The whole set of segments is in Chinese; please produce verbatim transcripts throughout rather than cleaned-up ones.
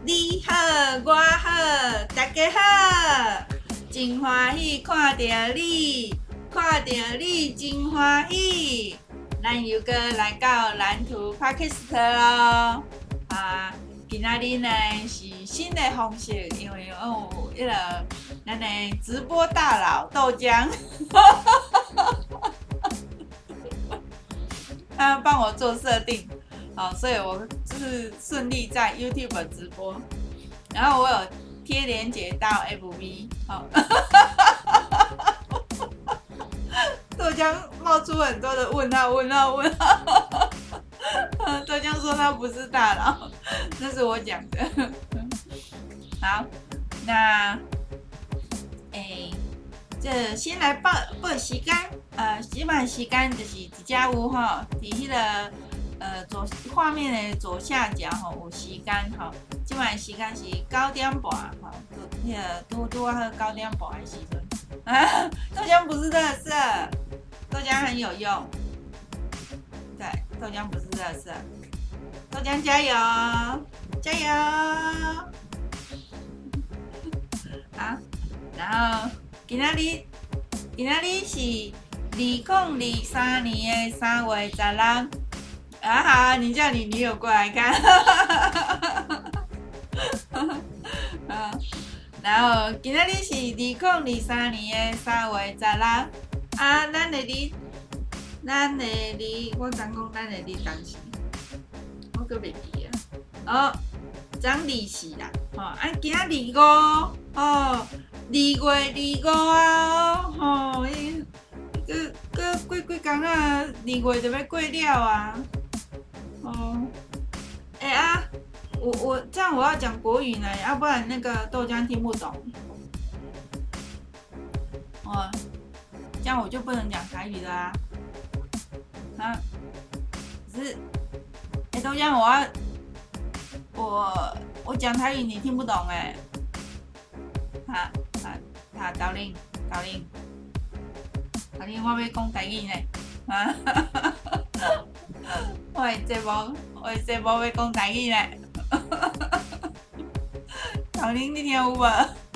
你好，我好，大家好，真欢喜看到你，看到你真欢喜。咱又搁来到蓝图 Podcast 咯，啊，今仔日呢是新的方式，因为哦，迄个咱的直播大佬豆浆，他帮我做设定。好，所以我就是顺利在 YouTube 直播，然后我有贴连结到 F B， 好，豆浆冒出很多的问号，问号，问号。豆浆说他不是大佬，那是我讲的。好，那，诶、欸，这先来报报时间，呃，基本时间就是一只有吼，伫迄个。呃，左画面的左下角吼有时间吼，即摆时间是九点半吼，迄个拄拄啊好九点半的时阵。啊，豆浆不是垃圾，豆浆很有用。对，豆浆不是垃圾，豆浆加油，加油！好，然后今仔日今仔日是二零二三年的三月十六。啊好，你叫你女友过来看，啊，然后今仔日是二零二三年的三月十六，啊，咱的日，咱的日，我刚讲咱的日当时，我搁袂记啊，哦，涨利息啦，吼、哦，啊，今仔日五，哦，二月二五啊，吼、哦，伊，搁搁过几工啊，二月就要过了啊。哦，哎、欸、啊，我我这样我要讲国语呢，要不然那个豆浆听不懂。哦，这样我就不能讲台语了啊。啊，可是，哎、欸，豆浆，我要我我讲台语你听不懂哎、欸。哈哈哈，豆玲豆玲，豆玲，我要讲台语呢。啊。我的节目，我的节目要讲台语呢。豆玲，你听有无？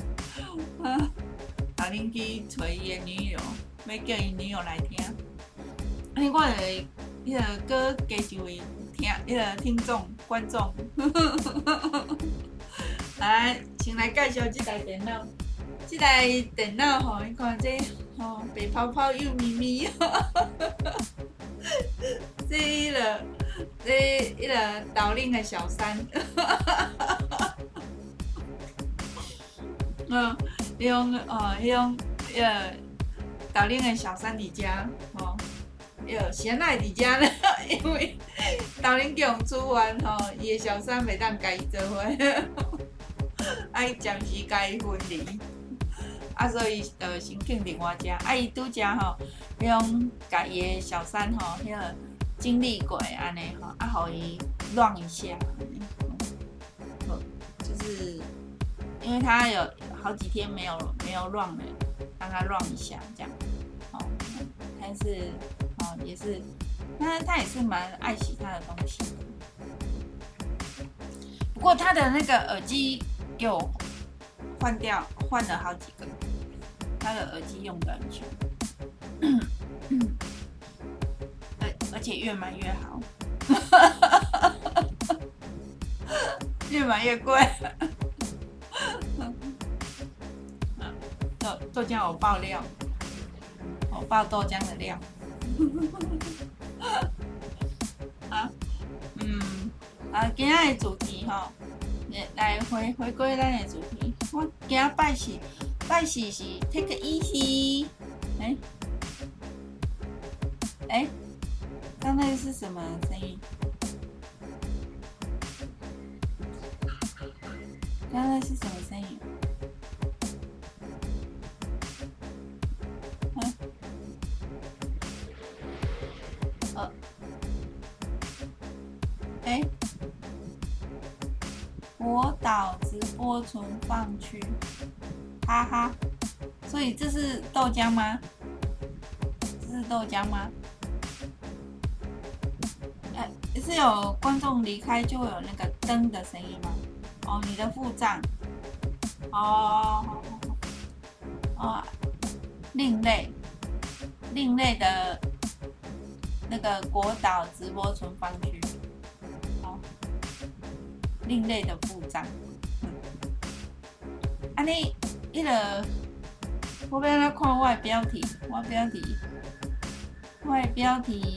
豆玲去找伊的女友，要叫伊女友来听。哎，我的迄个歌加一位听，迄个听众观众。来，先来介绍这台电脑。这台电脑吼，你看这吼白泡泡又咪咪。这迄个，这迄个豆玲的小三，嗯，迄种哦，迄种迄个豆玲的小三伫遮，吼，哟，先来伫遮呢，因为豆玲叫人处完吼，伊的小三袂当甲伊做伙，爱暂时甲伊分离，啊，所以就先肯定我遮，啊，伊拄则吼，迄种甲伊的小三吼，迄个。经历过安尼吼，啊，互伊乱一下，嗯，就是因为他有好几天没有没有乱了，让他乱一下这样，哦，但是哦也是，那他也是蛮爱惜他的东西的。不过他的那个耳机给我换掉，换了好几个，他的耳机用的很久。而且越买越好，越买越贵。豆豆浆我爆料，我爆豆浆的料。啊，嗯，啊，今仔的主题吼，来回回归咱的主题。我今仔拜四，拜四是 take easy， 哎、欸，哎、欸。刚才是什么声音？刚才是什么声音？嗯，呃，哎、欸，我导直播存放区，哈哈，所以这是豆浆吗？这是豆浆吗？是有观众离开就会有那个灯的声音吗？ 哦，你的付账，哦哦，另类，另类的那个国岛直播存放区，哦，另类的付账，嗯，啊你，迄个，我要来看我的标题，我的标题，我的标题，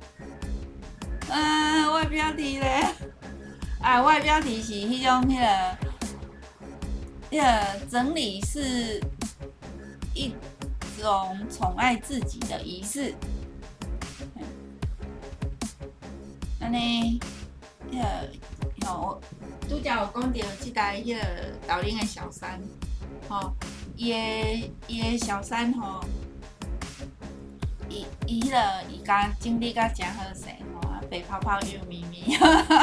嗯、啊，我的标题咧。啊，我的标题是迄种迄、那个，迄、那个整理是一种宠爱自己的仪式。安尼，迄、那个吼，拄则有讲到即台迄个导林的小三，吼，伊的伊的小三吼，伊伊迄个伊甲经历甲真好势，吼，白泡泡又咪咪。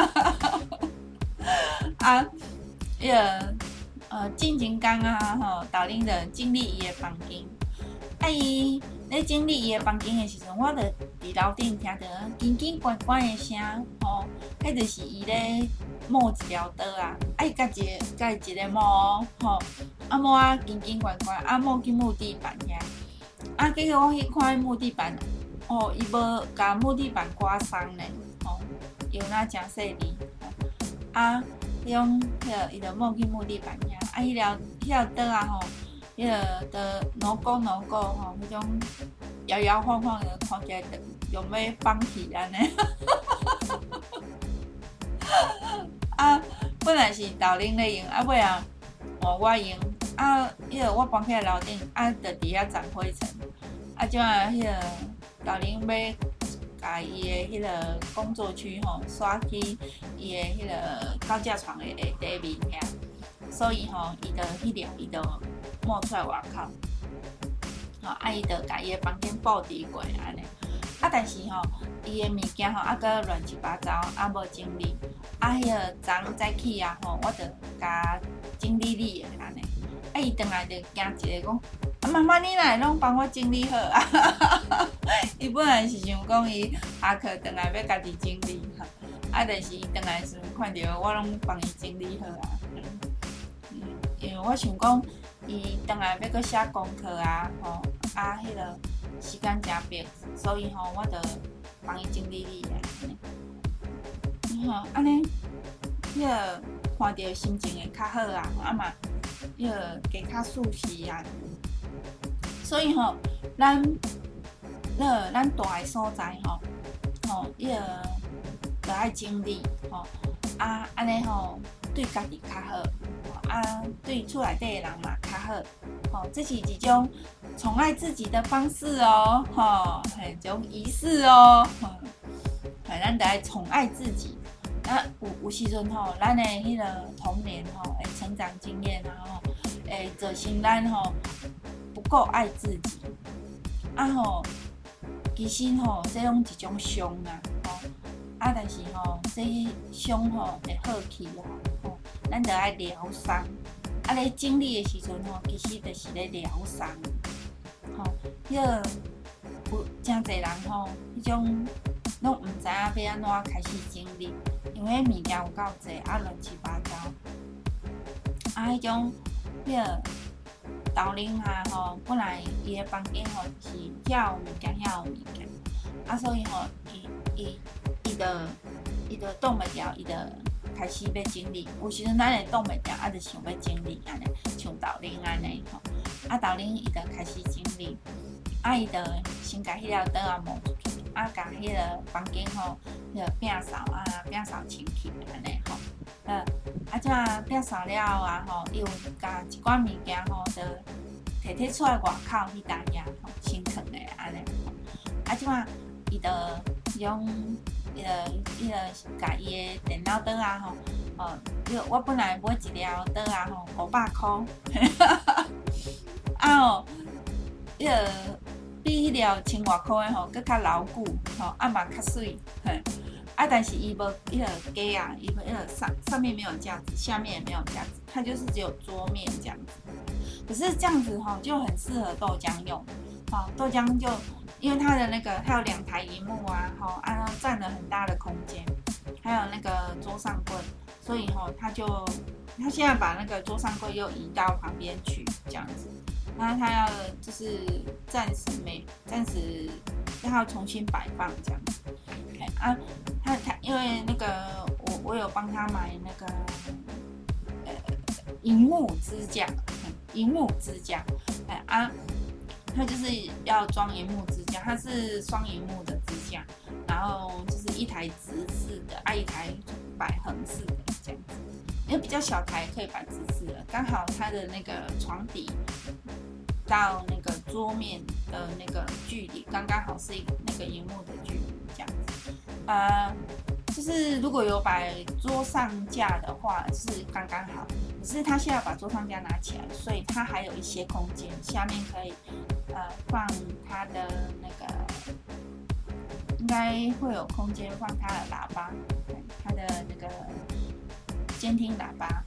啊，迄个呃，进前讲啊，吼，导林的整理伊的房间。啊，伊咧整理伊的房间的时阵，我着伫楼顶听到紧紧关关的声，吼，迄就是伊咧摸一条刀啊，啊，伊甲一个甲一个摸，吼，啊摸啊紧紧关关，啊摸去木地板遐，啊，结果我去看木地板，哦，伊无甲木地板刮伤呢，吼，有那真细粒，啊。迄种迄个伊着摸去木地板遐，啊，迄条迄条刀啊吼，迄个的挠鼓挠鼓吼，迄种摇摇晃晃的，看起来用要放弃安尼。啊，本来是导林咧用，啊尾啊换我用，啊，迄个我搬起来楼顶，啊，着伫遐沾灰尘，啊，怎啊迄个导林要。甲伊的迄个工作区吼，刷去伊的迄个高架床的下底面遐，所以吼，伊就迄条伊就摸出来外口，吼，啊，伊就甲伊的房间布置过安尼，啊，但是吼，伊的物件吼，啊，搁乱七八糟，啊，无整理，啊，迄个昨早起啊吼，我就甲整理理的安尼，啊，伊转来就惊一个讲。啊，妈妈，你哪会拢帮我整理好啊？伊本来是想讲伊下课转来要家己整理，啊，但是伊转来时看到我拢帮伊整理好啊。嗯，因为我想讲，伊转来要搁写功课啊，吼，啊，迄个时间真迫，所以吼，我就帮伊整理理的。吼，安尼，迄个看到心情会较好啊，啊嘛，迄个加较舒适啊。所以吼，咱，呃，咱住的所在吼，吼，迄个着爱整理吼，啊，安尼吼，对家己较好，啊，对厝内底的人嘛较好，吼，这是一种宠爱自己的方式哦，吼，嘿，一种仪式哦，嘿，咱着爱宠爱自己。啊，有有时阵吼，咱的迄个童年吼，诶，成长经验啊吼，诶，造成咱吼。不够爱自己，啊吼，其实吼，这种一种伤啊，吼，啊，但是吼，这伤吼会好去啊，吼，咱着爱疗伤，啊，咧整理的时阵吼，其实就是咧疗伤，吼，迄个有真侪人吼，迄种拢毋知影要安怎开始整理，因为物件有够侪，啊，乱七八糟，啊，迄种迄个。导林啊吼，本来伊的房间吼是遐有物件，遐有物件，啊，所以吼，伊伊伊的伊的挡袂牢，伊的开始要整理。有时阵咱会挡袂牢，啊，就想要整理安尼，像导林安尼吼，啊，导林伊就开始整理，啊，伊就先甲迄条刀啊摸出去，啊，甲迄个房间吼，迄个摒扫啊，摒扫清气安尼吼。呃，啊，即啊摒扫了后啊吼，伊有甲一寡物件吼，就摕摕出来外口迄搭遐吼，先藏的安尼吼。啊，即啊，伊就用迄个迄个甲伊的电脑刀啊吼，哦，迄我本来买一条刀啊吼，五百箍，啊吼，迄个比迄条千外箍的吼，佫较牢固吼，啊嘛较水，嘿。啊，但是伊无迄个架啊，伊无迄个上上面没有架子，下面也没有架子，它就是只有桌面这样子。可是这样子哈，就很适合豆浆用。好，豆浆就因为它的那个，它有两台萤幕啊，好，啊，占了很大的空间，还有那个桌上柜，所以哈，它就他现在把那个桌上柜又移到旁边去，这样子。那他要就是暂时没暂时让他重新摆放这样子。啊，他他因为那个我我有帮他买那个呃萤幕支架，萤幕支架，哎啊，他就是要装萤幕支架，它是双萤幕的支架，然后就是一台直式的，啊一台摆横式的这样子。因为比较小台可以摆直式的，刚好它的那个床底到那个桌面的那个距离，刚刚好是那个萤幕的距离这样子。呃，就是如果有摆桌上架的话，是刚刚好。可是他现在把桌上架拿起来，所以它还有一些空间，下面可以呃放它的那个，应该会有空间放它的喇叭，它的那个监听喇叭。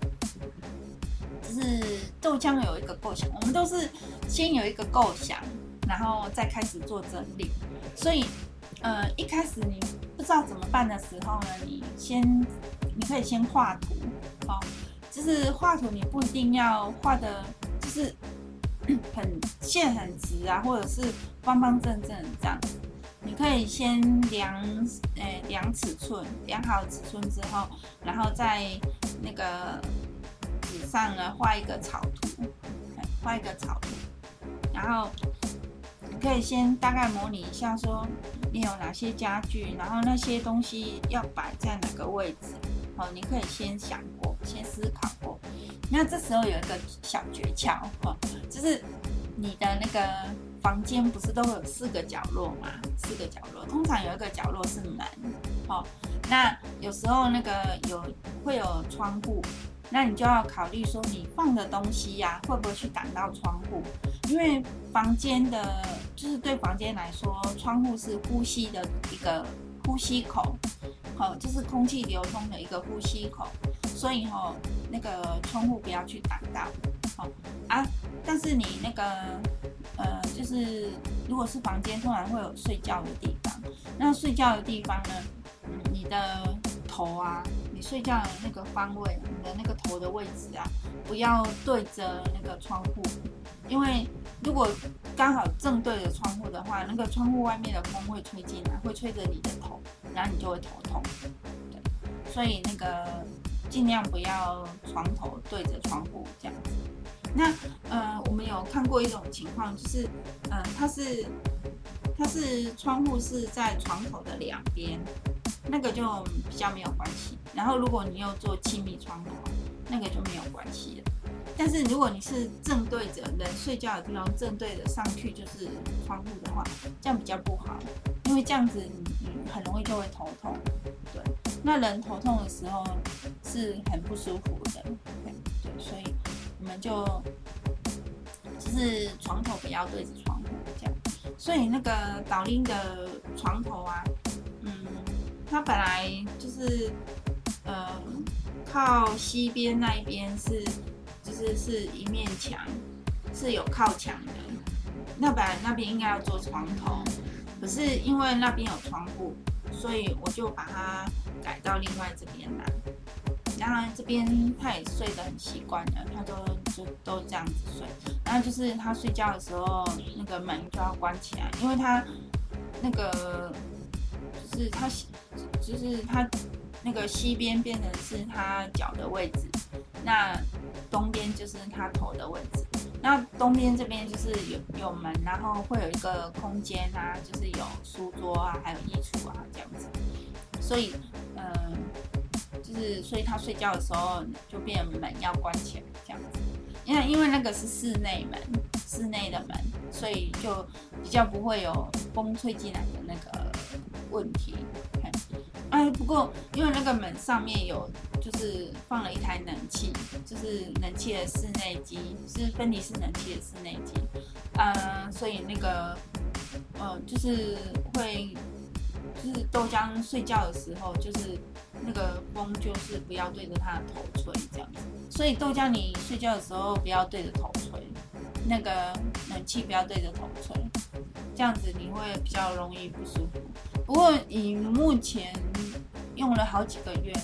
就是豆浆有一个构想，我们都是先有一个构想，然后再开始做整理。所以，呃，一开始你不知道怎么办的时候呢，你先你可以先画图，哦，就是画图你不一定要画的，就是很线很直啊，或者是方方正正这样子。你可以先量，呃，量尺寸，量好尺寸之后，然后再那个纸上呢画一个草图，画一个草图，然后你可以先大概模拟一下，说你有哪些家具，然后那些东西要摆在哪个位置，哦，你可以先想过，先思考过。那这时候有一个小诀窍，哦，就是你的那个房间不是都会有四个角落嘛？四个角落，通常有一个角落是门，哦，那有时候那个有会有窗户。那你就要考虑说，你放的东西呀、啊，会不会去挡到窗户？因为房间的，就是对房间来说，窗户是呼吸的一个呼吸口，好，就是空气流通的一个呼吸口，所以哈，那个窗户不要去挡到，好啊。但是你那个，呃，就是如果是房间，通常会有睡觉的地方，那睡觉的地方呢，嗯，你的头啊。睡觉的那个方位，你的那个头的位置啊，不要对着那个窗户，因为如果刚好正对着窗户的话，那个窗户外面的风会吹进来，会吹着你的头，然后你就会头痛。对，所以那个尽量不要床头对着窗户这样子。那呃，我们有看过一种情况，就是呃，它是它是窗户是在床头的两边。那个就比较没有关系，然后如果你又做气密窗的话，那个就没有关系了。但是如果你是正对着人睡觉的地方，正对着上去就是窗户的话，这样比较不好，因为这样子你你很容易就会头痛。对，那人头痛的时候是很不舒服的。对，对，所以我们就就是床头不要对着窗户这样。所以那个导令的床头啊，嗯。它本来就是，呃，靠西边那一边是，就是是一面墙，是有靠墙的。那本来那边应该要做床头，可是因为那边有窗户，所以我就把它改到另外这边来。然后这边他也睡得很习惯了，他都就都这样子睡。然后就是他睡觉的时候，那个门就要关起来，因为他那个就是他。就是它那个西边变成是它脚的位置，那东边就是它头的位置。那东边这边就是有有门，然后会有一个空间啊，就是有书桌啊，还有衣橱啊这样子。所以，嗯、呃，就是所以他睡觉的时候就变门要关起来这样子。因为因为那个是室内门，室内的门，所以就比较不会有风吹进来的那个问题。哎，不过因为那个门上面有，就是放了一台冷气，就是冷气的室内机，是分离式冷气的室内机，呃，所以那个，呃，就是会，就是豆浆睡觉的时候，就是那个风就是不要对着他的头吹这样子，所以豆浆你睡觉的时候不要对着头吹，那个冷气不要对着头吹，这样子你会比较容易不舒服。不过以目前用了好几个月，就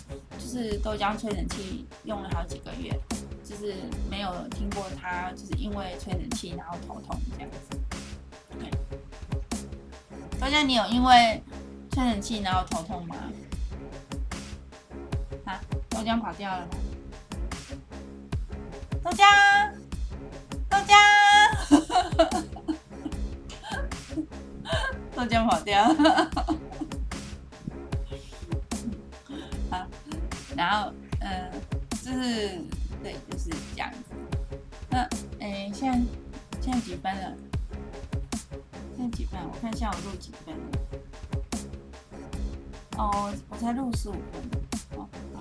就是豆浆吹冷气用了好几个月，就是没有听过他就是因为吹冷气然后头痛这样子。对，豆浆，你有因为吹冷气然后头痛吗？啊，豆浆跑掉了吗？豆浆，豆浆，豆浆跑掉了。好，然后呃，就是对，就是这样子。那诶，现在现在几分了？现在几分？我看一下我录几分了。哦，我才录十五分。哦，好。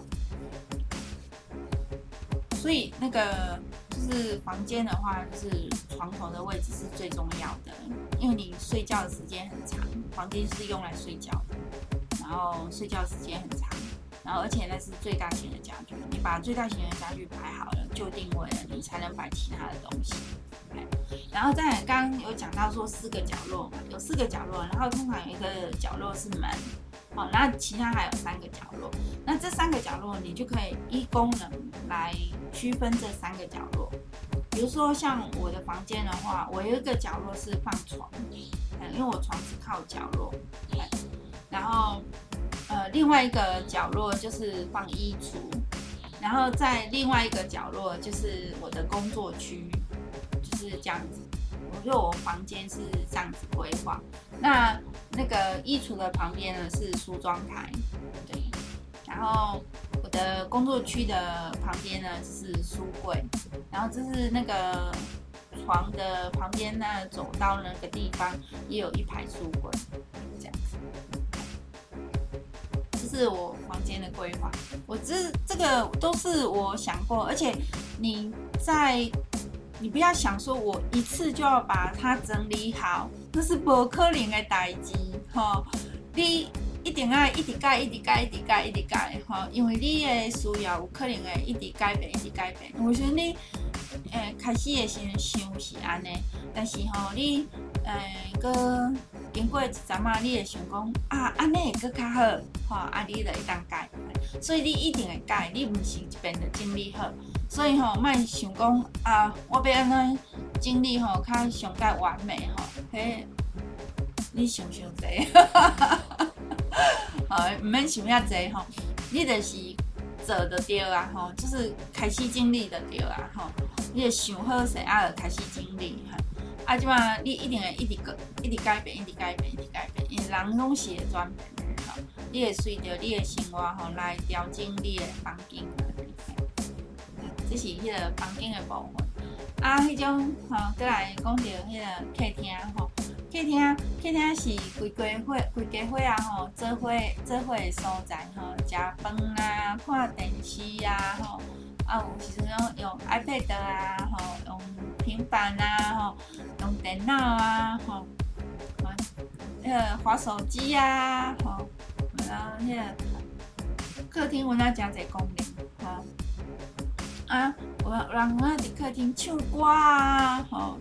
所以那个就是房间的话，就是床头的位置是最重要的，因为你睡觉的时间很长，房间是用来睡觉的，然后睡觉时间很长，然后而且那是最大型的家具，你把最大型的家具摆好了，就定位了，你才能摆其他的东西。然后再刚刚有讲到说四个角落嘛，有四个角落，然后通常有一个角落是门。哦，那其他还有三个角落，那这三个角落你就可以依功能来区分这三个角落。比如说像我的房间的话，我有一个角落是放床，嗯，因为我床是靠角落，然后呃另外一个角落就是放衣橱，然后在另外一个角落就是我的工作区，就是这样子。我觉得我房间是这样子规划。那那个衣橱的旁边呢是梳妆台，对，然后我的工作区的旁边呢是书柜，然后这是那个床的旁边呢走到那个地方也有一排书柜，这样子。这是我房间的规划，我这这个都是我想过，而且你在。你不要想说我一次就要把它整理好，那是不可能的代志吼。你一定要一直改、一直改、一直改、一直改吼，因为你的需要有可能会一直改变、一直改变。有时候你诶开始的时候想是安尼，但是吼你诶个经过一阵仔，你会想讲啊安尼会更较好，吼啊你就会当改，所以你一定会改，你唔是一遍就整理好。所以吼，莫想讲啊，我要安怎整理吼，较上介完美吼，迄你想伤济，吼，唔免想遐济吼，你就是做就对啊吼，就是开始整理就对啊吼，你就想好势啊，就开始整理哈。啊，即马你一定会一直改，一直改变，一直改变，一直改变，因为人拢是会转变的吼，你会随着你的生活吼来调整你的房间。这是迄个房间的部分，啊，迄种吼，再来讲到迄个客厅吼，客厅客厅是规家伙规家伙啊吼，做伙做伙的所在吼，食饭啊，看电视啊吼，啊有时阵用用 iPad 啊吼，用平板啊吼，用电脑啊吼，迄个滑手机啊吼，然后迄个客厅有哪诚侪功能吼。啊，有人啊伫客厅唱歌啊，吼，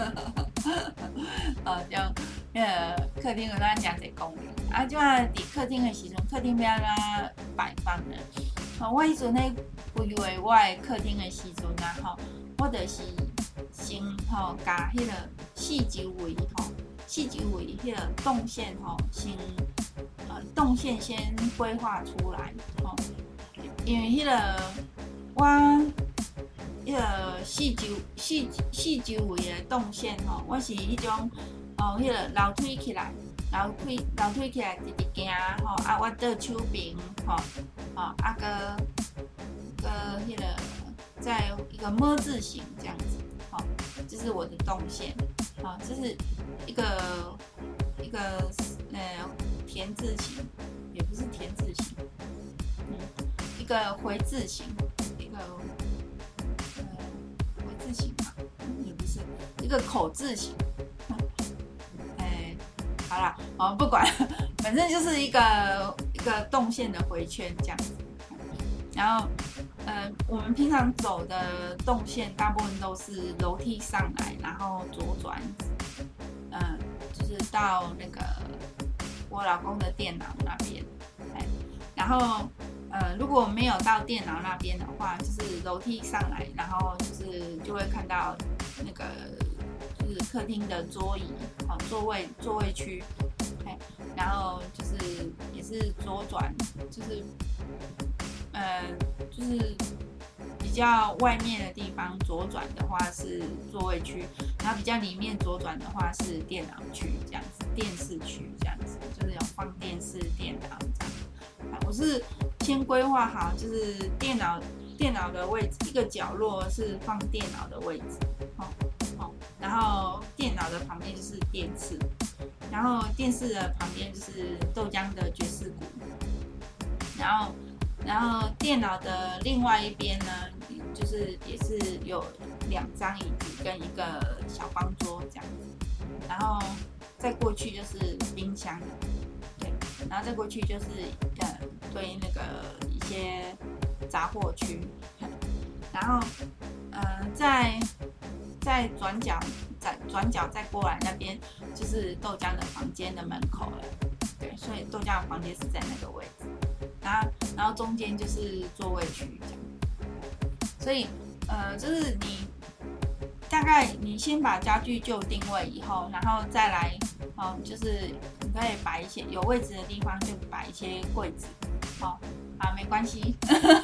哦，就迄个客厅有咱诚侪功能。啊，即摆伫客厅的时阵，客厅要安怎摆放呢？吼，我迄阵咧规划我的客厅的时阵啊，吼，我就是先吼，甲迄个四周围吼，四周围迄个动线吼，先呃动线先规划出来，吼，因为迄个。我迄个四周四四周围的动线吼，我是迄种哦，迄个楼梯起来，楼梯楼梯起来直直行吼，啊，我倒手边吼，吼啊个个迄个在一个么字形这样子，吼，这是我的动线，好，这是一个一个呃田字形，也不是田字形，嗯，一个回字形。一个呃回字形嘛，也不是一个口字形，哎、欸，好啦，哦不管，反正就是一个一个动线的回圈这样子。然后，呃，我们平常走的动线大部分都是楼梯上来，然后左转，嗯、呃，就是到那个我老公的电脑那边，哎，然后。 呃，如果没有到电脑那边的话，就是楼梯上来，然后就是就会看到那个就是客厅的桌椅，哦，座位座位区，然后就是也是左转，就是呃就是比较外面的地方左转的话是座位区，然后比较里面左转的话是电脑区这样子，电视区这样子，就是有放电视、电脑这样。我是先规划好，就是电脑电脑的位置，一个角落是放电脑的位置，哦哦，然后电脑的旁边就是电视，然后电视的旁边就是豆浆的爵士鼓，然后然后电脑的另外一边呢，就是也是有两张椅子跟一个小方桌这样子，然后再过去就是冰箱，对，然后再过去就是呃对那个一些杂货区，然后呃在在转角再转角再过来那边就是豆浆的房间的门口了，对，所以豆浆的房间是在那个位置，然后然后中间就是座位区这样，所以呃就是你大概你先把家具就定位以后，然后再来哦，就是你可以摆一些有位置的地方就摆一些柜子，哦，好没关系，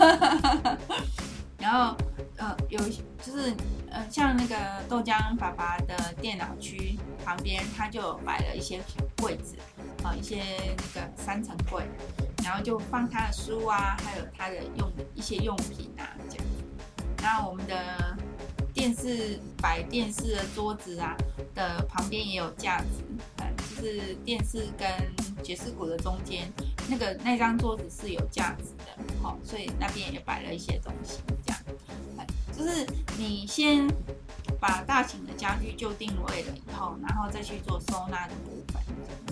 然后呃有就是呃像那个豆浆爸爸的电脑区旁边，他就有摆了一些柜子，啊、哦、一些那个三层柜，然后就放他的书啊，还有他的用一些用品啊这样。然后我们的电视摆电视的桌子啊的旁边也有架子，嗯，就是电视跟爵士鼓的中间那个那张桌子是有架子的，哦，所以那边也摆了一些东西，这样，嗯，就是你先把大型的家具就定位了以后，然后再去做收纳的部分，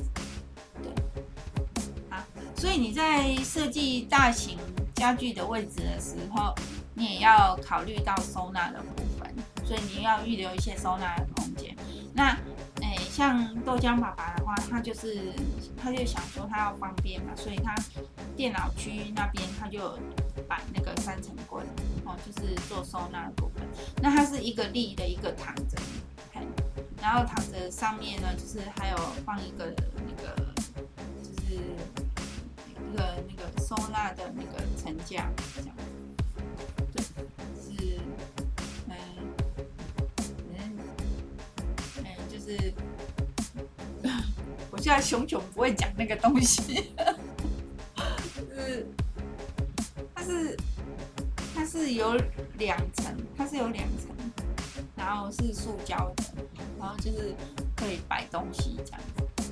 对，好，所以你在设计大型家具的位置的时候，你也要考虑到收纳的部分，所以你要预留一些收纳的空间。那，诶，像豆浆爸爸的话，他就是他就想说他要方便嘛，所以他电脑区那边他就摆那个三层柜，哦，就是做收纳的部分。那它是一个立的，一个躺着，然后躺着上面呢，就是还有放一个那个就是一个那个收纳的那个层架这样。对，是，嗯，嗯，嗯，就是，我现在熊熊不会讲那个东西，就是它是它是有两层，它是有两层，然后是塑胶的，然后就是可以摆东西这样子，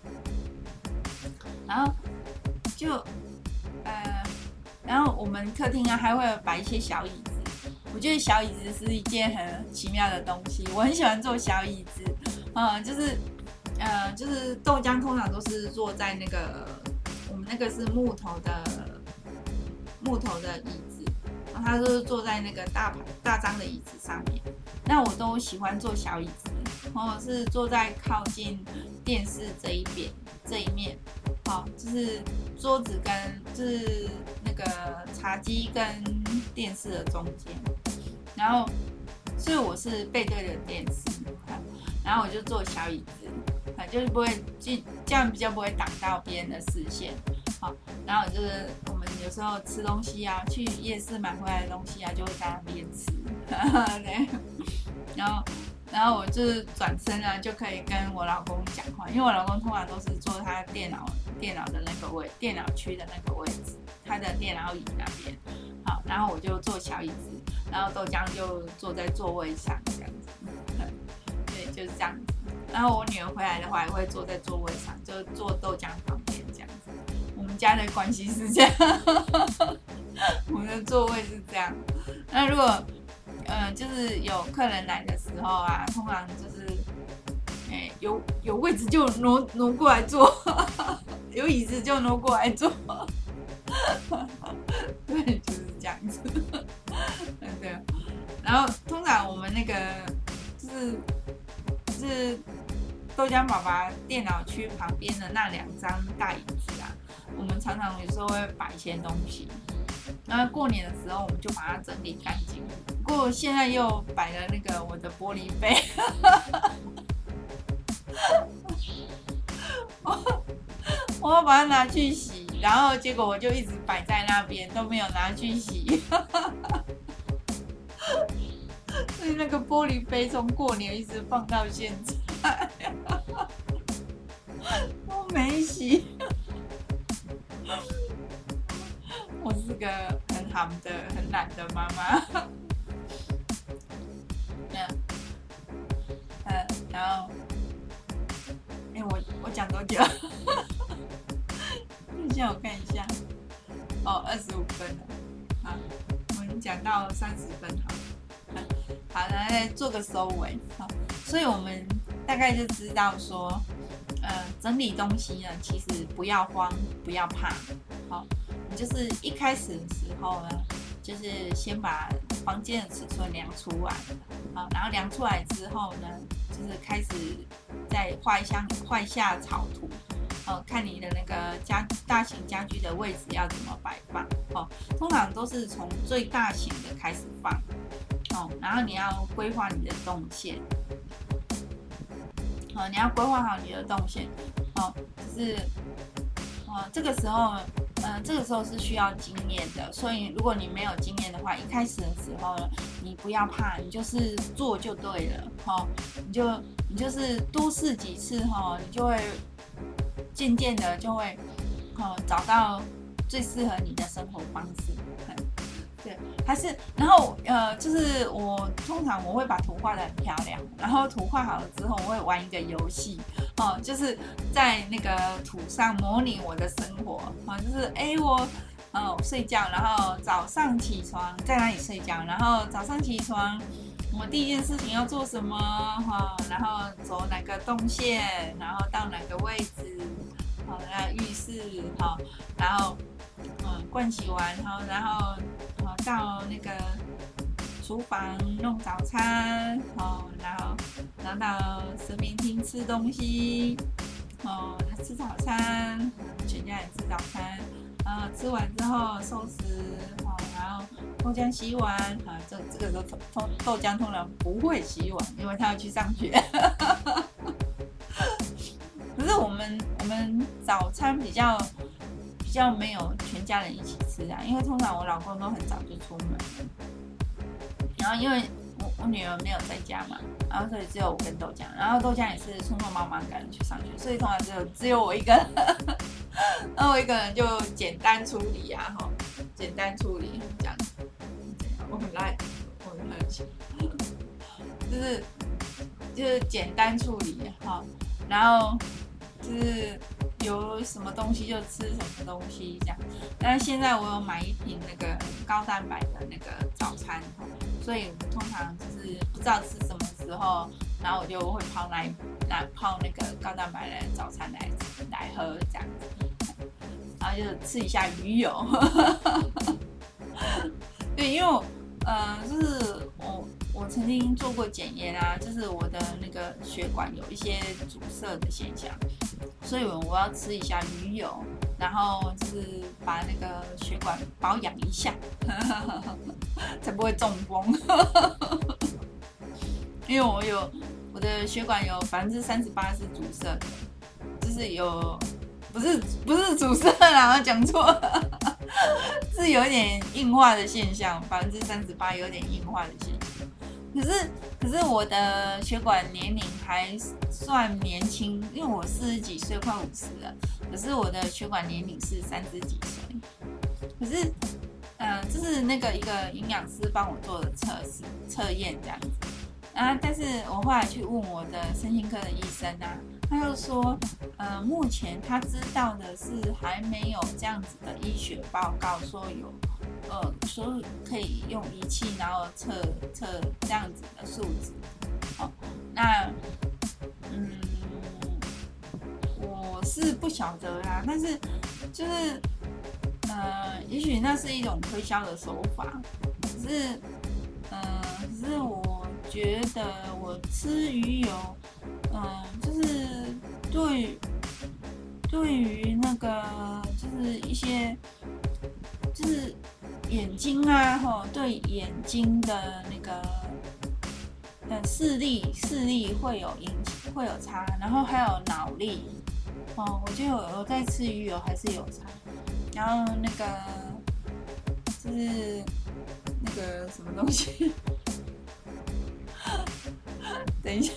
然后就呃。然后我们客厅啊还会摆一些小椅子，我觉得小椅子是一件很奇妙的东西，我很喜欢坐小椅子，嗯，就是呃就是豆浆通常都是坐在那个我们那个是木头的木头的椅子，然后他就是坐在那个大大张的椅子上面，那我都喜欢坐小椅子，或者是坐在靠近电视这一边这一面。好，就是桌子跟就是那个茶几跟电视的中间，然后所以我是背对着电视，然后我就坐小椅子，就是不会这样比较不会挡到别人的视线。好，然后就是我们有时候吃东西啊，去夜市买回来的东西啊，就会在那边吃，对，然后。然后我就是转身呢，就可以跟我老公讲话，因为我老公通常都是坐他电脑电脑的那个位，电脑区的那个位置，他的电脑椅那边。好，然后我就坐小椅子，然后豆浆就坐在座位上这样子。对，就是这样子。然后我女儿回来的话，也会坐在座位上，就坐豆浆旁边这样子。我们家的关系是这样，我们的座位是这样。那如果呃，就是有客人来的时候啊，通常就是，欸、有有位置就挪挪过来坐，有椅子就挪过来坐，对，就是这样子，对。然后通常我们那个就是就是豆浆爸爸电脑区旁边的那两张大椅子啊，我们常常有时候会摆一些东西， 然后过年的时候我们就把它整理干净。不过现在又摆了那个我的玻璃杯，我我要把它拿去洗，然后结果我就一直摆在那边都没有拿去洗。所以那个玻璃杯从过年一直放到现在，我没洗。我是个很憨的、很懒的妈妈。嗯，呃，然后，哎、欸，我我讲多久？等一下我看一下。哦，二十五分了。好，我们讲到三十分好了。好，来再做个收尾。好，所以我们大概就知道说，呃，整理东西呢，其实不要慌，不要怕。好，你就是一开始的时候呢，就是先把房间的尺寸量出来，好，然后量出来之后呢，就是开始再画一下画一下草图。呃，看你的那个家大型家具的位置要怎么摆放，哦，通常都是从最大型的开始放，哦，然后你要规划你的动线，哦，你要规划好你的动线，哦，就是，哦，这个时候，呃，这个时候是需要经验的，所以如果你没有经验的话，一开始的时候呢，你不要怕，你就是做就对了，哦，你就你就是多试几次，哈，你就会。渐渐的就会，哦，找到最适合你的生活方式。对，还是然后呃，就是我通常我会把图画得很漂亮，然后图画好了之后，我会玩一个游戏，哦，就是在那个图上模拟我的生活，啊、哦，就是哎我呃睡觉，然后早上起床在哪里睡觉，然后早上起床。我第一件事情要做什么哈？然后走哪个动线，然后到哪个位置，好，然后浴室好，然后嗯盥洗完，好，然后好到那个厨房弄早餐，好，然后然后到神明厅吃东西，哦，吃早餐，全家人吃早餐。然后吃完之后收拾，好，然后豆浆洗碗，啊，这这个时候豆豆浆通常不会洗碗，因为他要去上学。可是我们我们早餐比较比较没有全家人一起吃啊，因为通常我老公都很早就出门了，然后因为我我女儿没有在家嘛，然后所以只有我跟豆浆，然后豆浆也是匆匆忙忙赶着去上学，所以通常只有只有我一个人。那我一个人就简单处理啊，哈，简单处理这样子，我很赖，我很赖钱，就是就是简单处理哈，然后就是有什么东西就吃什么东西这样。但是现在我有买一瓶那个高蛋白的那个早餐，所以通常就是不知道吃什么时候，然后我就会泡奶奶泡那个高蛋白的早餐来来喝这样子。然后就吃一下鱼油，对，因为我呃，就是我我曾经做过检验啊，就是我的那个血管有一些阻塞的现象，所以我要吃一下鱼油，然后就是把那个血管保养一下，才不会中风。因为我有我的血管有百分之三十八是阻塞的，就是有。不是不是阻塞啦，讲错了，是有一点硬化的现象，百分之三十八有点硬化的现象。可是可是我的血管年龄还算年轻，因为我四十几岁，快五十了。可是我的血管年龄是三十几岁。可是，嗯、呃，这是那个一个营养师帮我做的测试测验这样子啊。但是我后来去问我的身心科的医生啊。他就说，呃，目前他知道的是还没有这样子的医学报告说有，呃，说可以用仪器然后测测这样子的数值。哦，那，嗯，我是不晓得啦，但是就是，呃，也许那是一种推销的手法，可是，呃，可是我觉得我吃鱼油。嗯，就是对对于那个，就是一些，就是也眼睛啊，吼，对眼睛的那个呃视力视力会有影会有差，然后还有脑力，哦，我觉得我在吃鱼油还是有差，然后那个就是那个什么东西，等一下。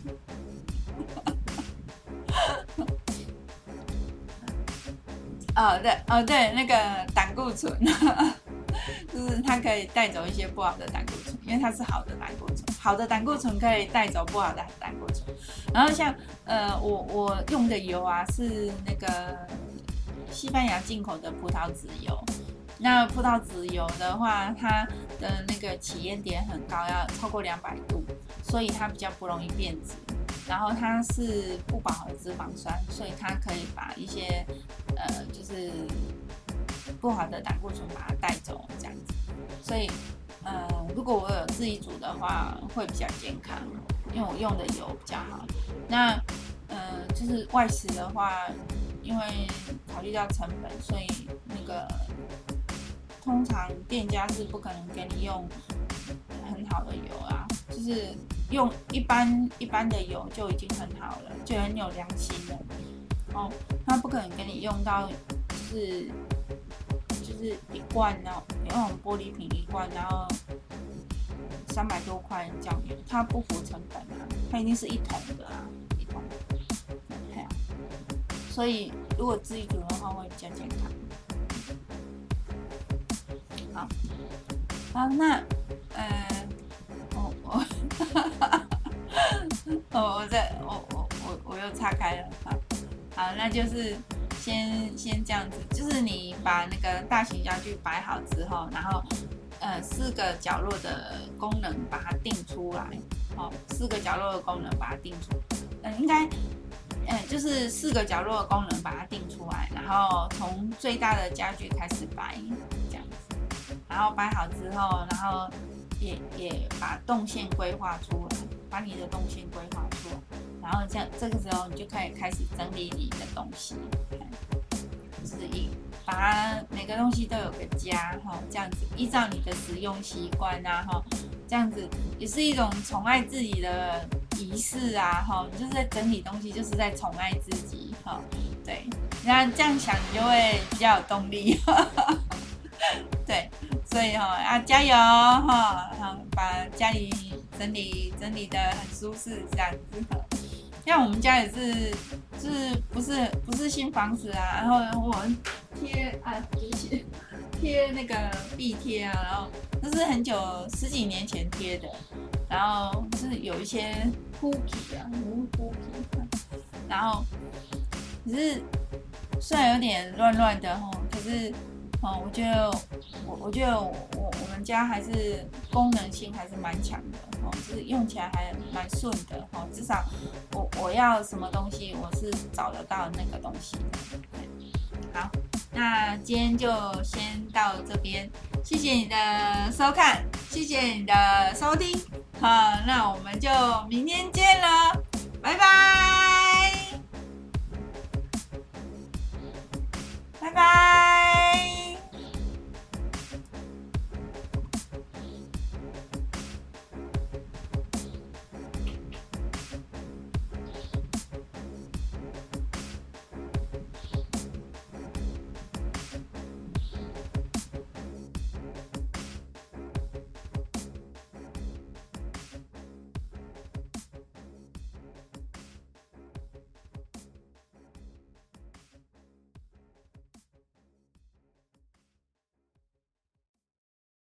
哦，对，哦，对，那个胆固醇，就是它可以带走一些不好的胆固醇，因为它是好的胆固醇，好的胆固醇可以带走不好的胆固醇。然后像呃，我我用的油啊是那个西班牙进口的葡萄籽油。那葡萄籽油的话，它的那个起烟点很高，要超过两百度，所以它比较不容易变质。然后它是不饱和脂肪酸，所以它可以把一些呃就是不好的胆固醇把它带走，这样子。所以呃，如果我有自己煮的话，会比较健康，因为我用的油比较好。那呃，就是外食的话，因为考虑到成本，所以那个通常店家是不可能给你用很好的油啊，就是用一般一般的油就已经很好了，就很有良心了。哦，他不可能给你用到就是就是一罐哦，那种玻璃瓶一罐，然后三百多块酱油，它不符成本啊，它一定是一桶的啊，一桶的。对啊，所以如果自己煮的话会比较健康。好，好，那呃，我我，我我在我我我我又岔开了，好，好，那就是先先这样子，就是你把那个大型家具摆好之后，然后呃四个角落的功能把它定出来，哦，四个角落的功能把它定出，嗯、呃，应该。嗯，就是四个角落的功能把它定出来，然后从最大的家具开始摆，这样子，然后摆好之后，然后也也把动线规划出来，把你的动线规划出来，然后这样这个时候你就可以开始整理你的东西，就是一把它每个东西都有个家哈，这样子依照你的使用习惯啊哈，这样子也是一种宠爱自己的仪式啊，哈，你就是在整理东西，就是在宠爱自己，哈，对，那这样想你就会比较有动力，对，所以哈啊加油哈，好把家里整理整理的很舒适，这样子。像我们家也是，就是不是不是新房子啊，然后我们贴啊贴贴那个壁贴啊，然后那是很久十几年前贴的。然后就是有一些铺皮啊，铺皮，然后可是虽然有点乱乱的哈，可是哦，我觉得我我觉得我我们家还是功能性还是蛮强的哦，就是用起来还蛮顺的哦，至少我我要什么东西我是找得到那个东西的。好，那今天就先到这边，谢谢你的收看，谢谢你的收听。好，那我们就明天见了，拜拜。